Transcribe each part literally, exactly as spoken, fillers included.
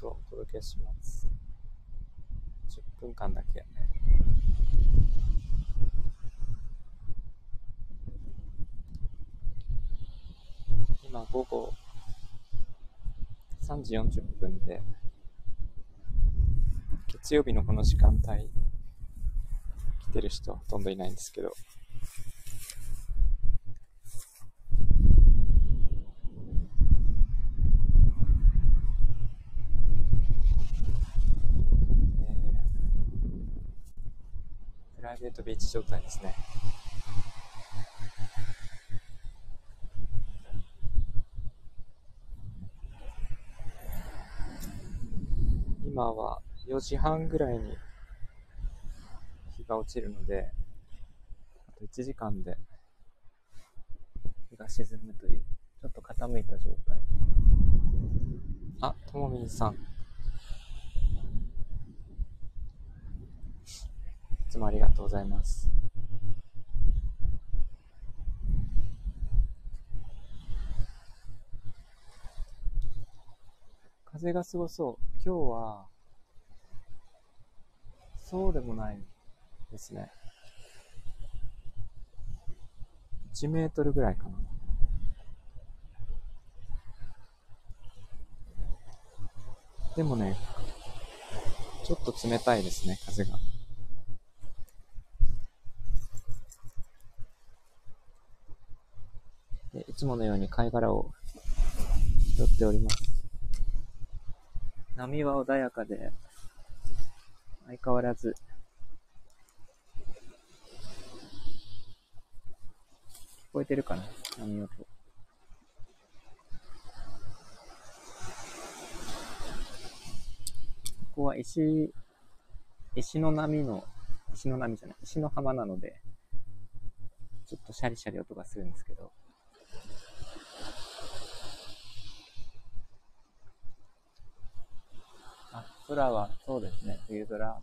とお届けします。じゅっぷんかんだけ。今午後さんじよんじゅっぷんで、月曜日のこの時間帯来てる人はほとんどいないんですけど、プライベートビーチ状態ですね。今はよじはんぐらいに日が落ちるので、あといちじかんで日が沈むという、ちょっと傾いた状態。あ、ともみんさん。いつもありがとうございます。風がすごそう。今日はそうでもないですね。いちメートルぐらいかな。でもね、ちょっと冷たいですね、風が。でいつものように貝殻を拾っております。波は穏やかで、相変わらず聞こえてるかな、波音。ここは石、石の波の、石の波じゃない、石の浜なので、ちょっとシャリシャリ音がするんですけど、あ、空はそうですね、冬空。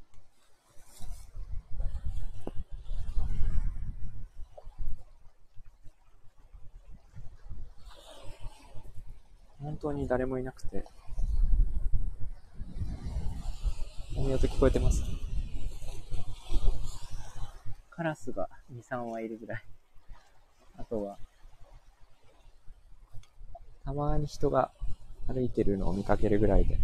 本当に誰もいなくて、波音聞こえてます。カラスがに、さんはいるぐらい。あとは、たまに人が歩いてるのを見かけるぐらいで。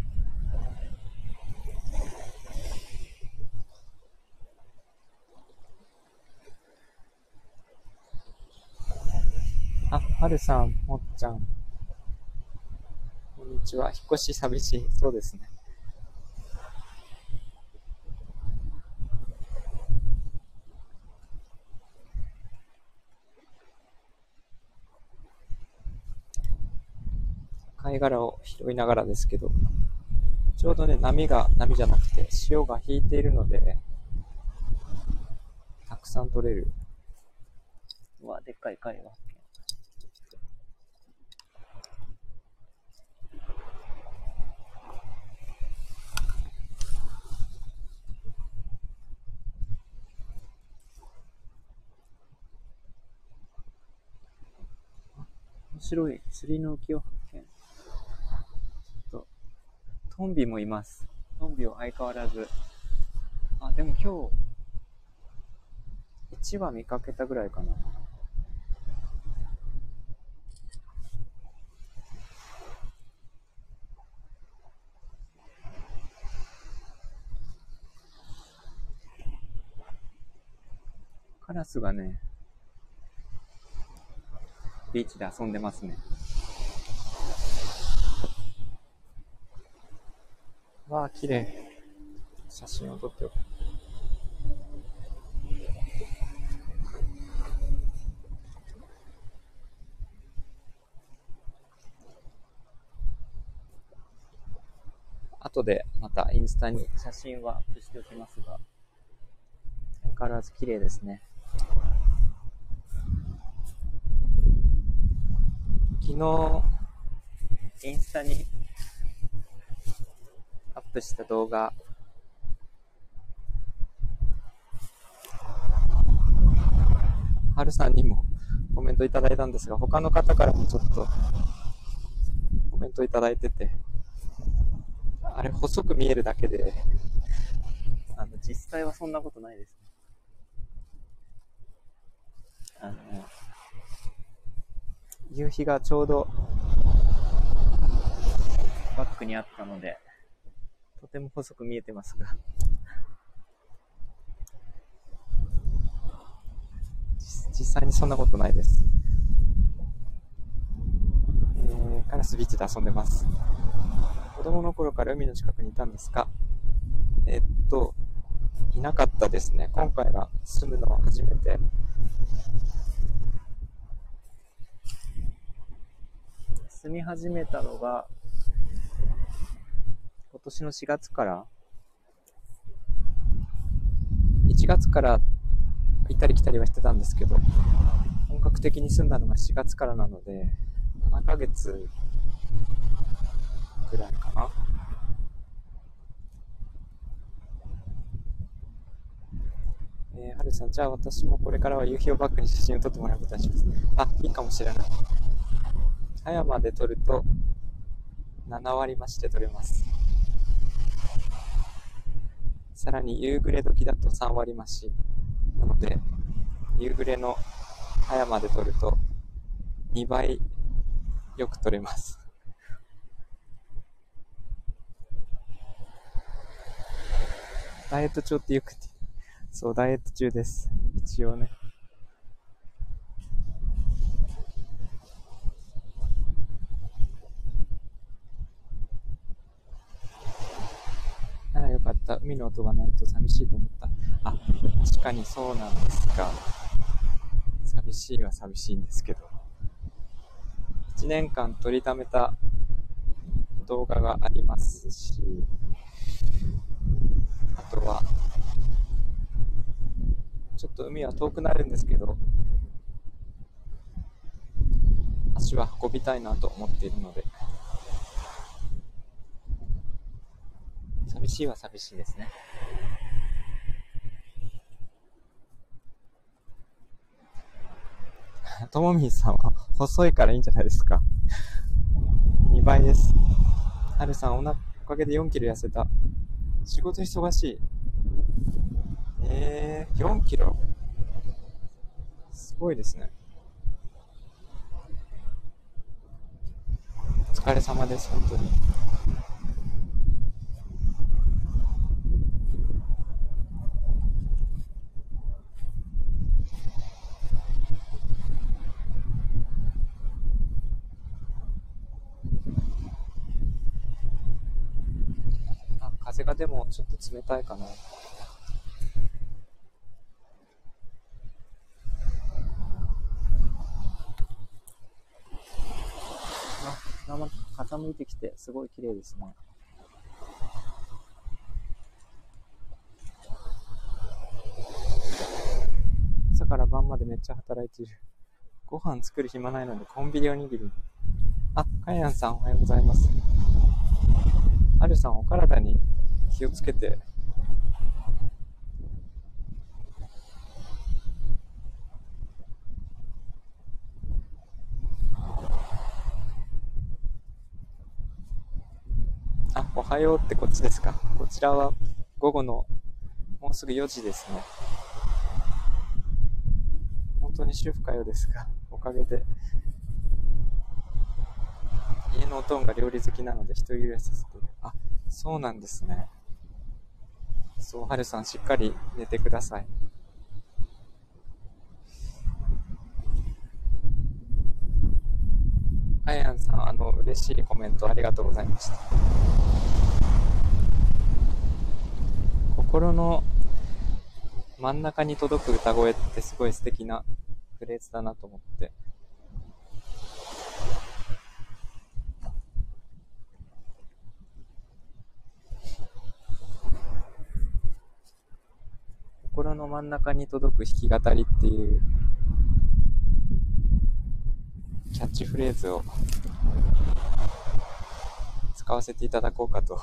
あ、はるさん、もっちゃん。こんにちは。引っ越し寂しい。そうですね。貝殻を拾いながらですけど、ちょうどね、波が、波じゃなくて、潮が引いているので、たくさん取れる。うわ、でっかい貝が。面白い釣りの浮きを発見。ちょっと、トンビもいます。トンビは相変わらず。あ、でも今日、いちわ見かけたぐらいかな。カラスがね、ビーチで遊んでますね。わあ、綺麗。写真を撮っておく。後でまたインスタに写真はアップしておきますが、相変わらず綺麗ですね。昨日インスタにアップした動画、はるさんにもコメントいただいたんですが、他の方からもちょっとコメントいただいてて、 あれ細く見えるだけで、あの実際はそんなことないですね。あの夕日がちょうどバックにあったので、とても細く見えてますが、実際にそんなことないです。えー、カラスビーチで遊んでます。子供の頃から海の近くにいたんですか？えー、っと、いなかったですね。今回が住むのは初めて。住み始めたのが、今年のしがつから、いちがつから行ったり来たりはしてたんですけど、本格的に住んだのがしがつからなので、ななかげつくらいかな。えー、はるさん、じゃあ私もこれからは夕日をバックに写真を撮ってもらうことにします。あ、いいかもしれない。葉山で撮るとななわり増しで撮れます。さらに夕暮れ時だとさんわり増しなので、夕暮れの葉山で撮るとにばいよく撮れます。ダイエット中ってよくて、そう、ダイエット中です。一応ね。ならよかった。海の音がないと寂しいと思った。あ、確かにそうなんですが、寂しいは寂しいんですけど、いちねんかん撮りためた動画がありますし、あとは、ちょっと海は遠くなるんですけど、足は運びたいなと思っているので、寂しいは寂しいですね。ともみんさんは細いからいいんじゃないですか。にばいです。はるさん、おなおかげでよんキロ痩せた。仕事忙しい。えー、よんキロすごいですね。お疲れ様です、本当に。あ、風がでもちょっと冷たいかな。あ、傾いてきてすごい綺麗ですね。朝から晩までめっちゃ働いている。ご飯作る暇ないのでコンビニおにぎり。あ、かやんさんおはようございます。はるさんお体に気をつけて。あ、おはようってこっちですか。こちらは午後のもうすぐよじですね。本当に主婦かよですが、おかげで家のおとんが料理好きなので一人暮らしさせている。あ、そうなんですね。そう、はるさんしっかり寝てください。あやんさん、あの嬉しいコメントありがとうございました。心の真ん中に届く歌声ってすごい素敵なフレーズだなと思って。心の真ん中に届く弾き語りっていうキャッチフレーズを使わせていただこうかと。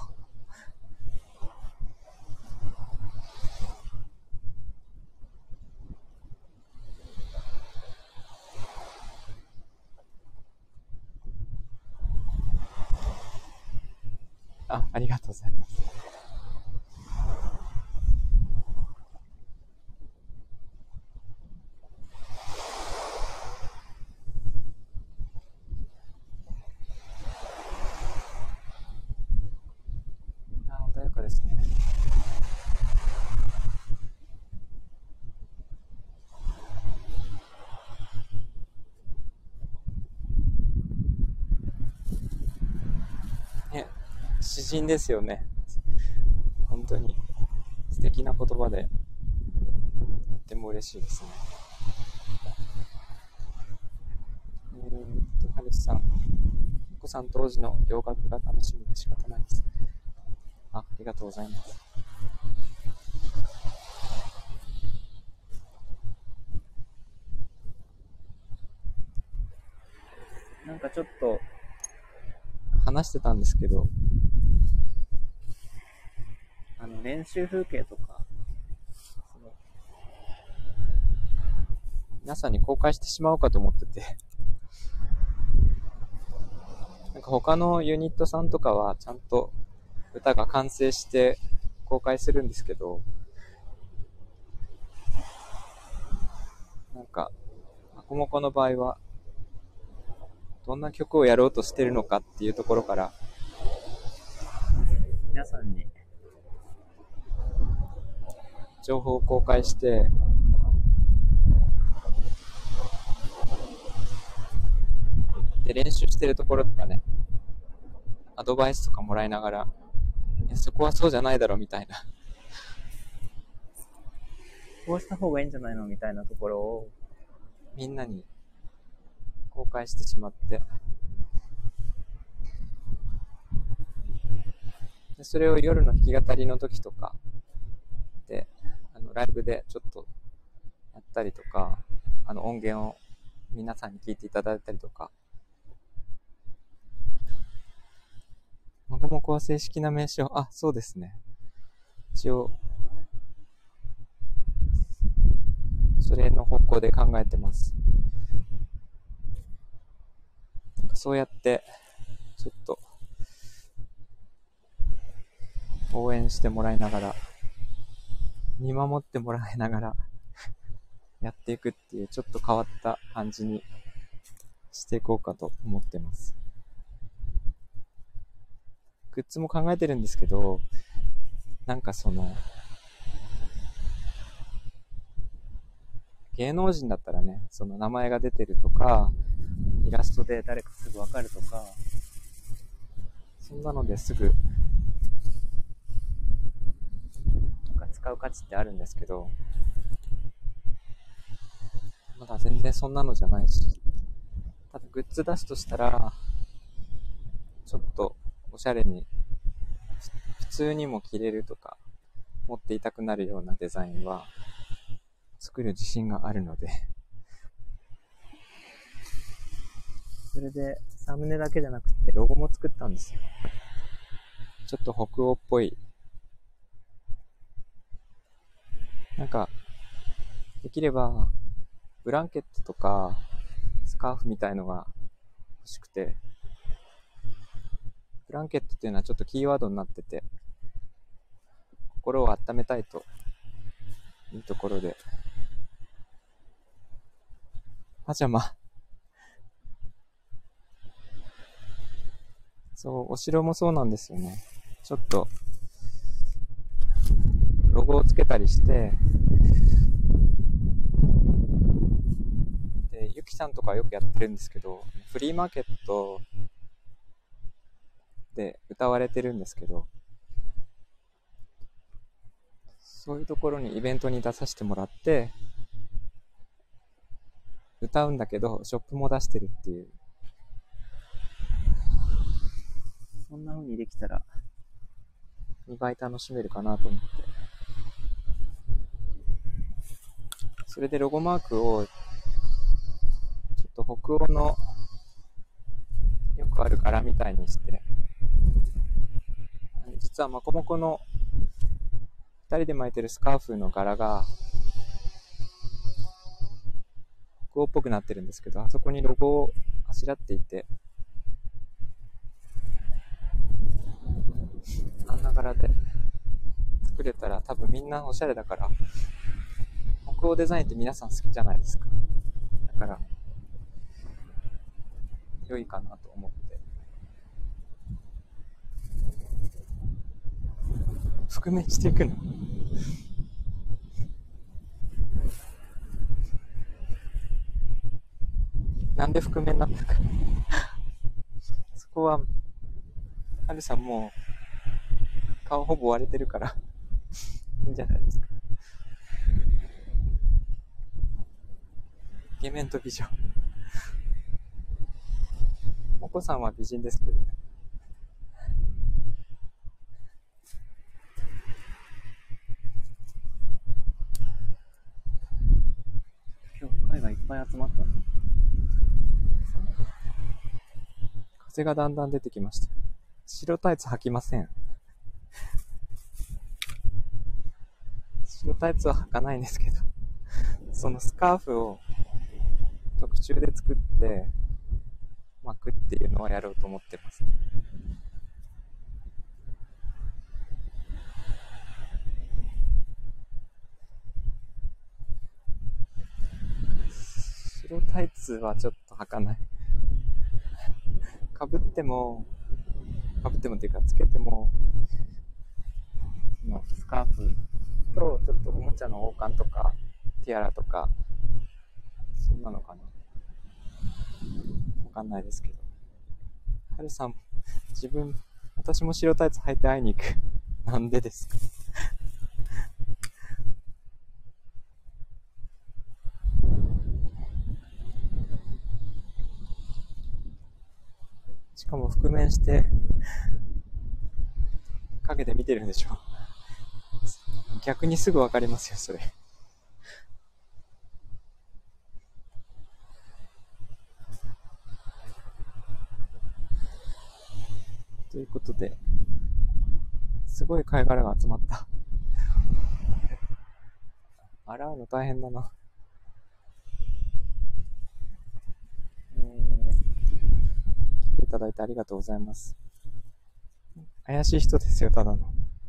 あ、あありがとうございます。あ、穏やかですね。ね、詩人ですよね。本当に素敵な言葉で、とっても嬉しいですね。えーっと、はるさん、お子さん当時の洋楽が楽しみで仕方ないです。あ、ありがとうございます。なんかちょっと話してたんですけど、あの練習風景とか、その皆さんに公開してしまおうかと思ってて、なんか他のユニットさんとかはちゃんと歌が完成して公開するんですけど、なんかマコモコの場合はどんな曲をやろうとしてるのかっていうところから皆さんに情報を公開して、で練習してるところとかね、アドバイスとかもらいながら、そこはそうじゃないだろうみたいな、こうした方がいいんじゃないのみたいなところをみんなに公開してしまって、でそれを夜の弾き語りの時とかで、あのライブでちょっとやったりとか、あの音源を皆さんに聞いていただいたりとか、マコモコは正式な名称、あ、そうですね。一応それの方向で考えてます。なんかそうやってちょっと応援してもらいながら、見守ってもらいながらやっていくっていう、ちょっと変わった感じにしていこうかと思ってます。グッズも考えてるんですけど、なんかその芸能人だったらね、その名前が出てるとか、イラストで誰かすぐわかるとか、そんなのですぐなんか使う価値ってあるんですけど、まだ全然そんなのじゃないし、ただグッズ出すとしたら、ちょっとおしゃれに普通にも着れるとか持っていたくなるようなデザインは作る自信があるので、それでサムネだけじゃなくてロゴも作ったんですよ。ちょっと北欧っぽい、なんかできればブランケットとかスカーフみたいのが欲しくて、ブランケットっていうのはちょっとキーワードになってて、心を温めたいというところで、パジャマ、そう、お城もそうなんですよね。ちょっとロゴをつけたりして、でゆきさんとかよくやってるんですけど、フリーマーケットで歌われてるんですけど、そういうところにイベントに出させてもらって歌うんだけど、ショップも出してるっていう、そんな風にできたらにばい楽しめるかなと思って、それでロゴマークをちょっと北欧のよくある柄みたいにして、実はマコモコのふたりで巻いてるスカーフの柄が北欧っぽくなってるんですけど、あそこにロゴをあしらっていて、 柄で作れたら多分みんなおしゃれだから、北欧デザインって皆さん好きじゃないですか。だから良いかなと思って。覆面していくのなんで覆面になったかそこははるさんもう顔ほぼ割れてるからいいんじゃないですか。イケメンと美女。お子さんは美人ですけどね。今日貝がいっぱい集まったな。風がだんだん出てきました。白タイツ履きません。白タイツは履かないんですけど、そのスカーフを特注で作って巻くっていうのはやろうと思ってます。白タイツはちょっと履かない。かぶっても、かぶってもっていうかつけても、スカーフとちょっとおもちゃの王冠とかティアラとか、そんなのかな。わかんないですけど。はるさん、自分、私も白タイツ履いて会いに行く。なんでですか？しかも覆面して影で見てるんでしょ。逆にすぐわかりますよ、それ。ということで、すごい貝殻が集まった。洗うの大変だな。えー、来ていただいてありがとうございます。怪しい人ですよ、ただの。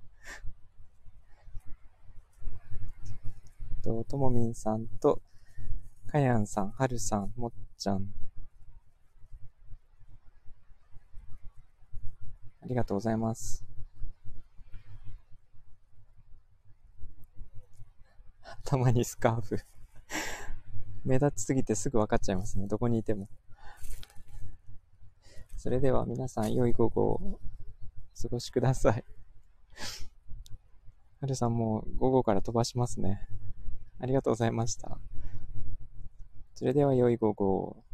と、ともみんさんと、かやんさん、はるさん、もっちゃん。ありがとうございます。たまにスカーフ。目立ちすぎてすぐ分かっちゃいますね。どこにいても。それでは皆さん、良い午後をお過ごしください。はるさんもう午後から飛ばしますね。ありがとうございました。それでは良い午後を。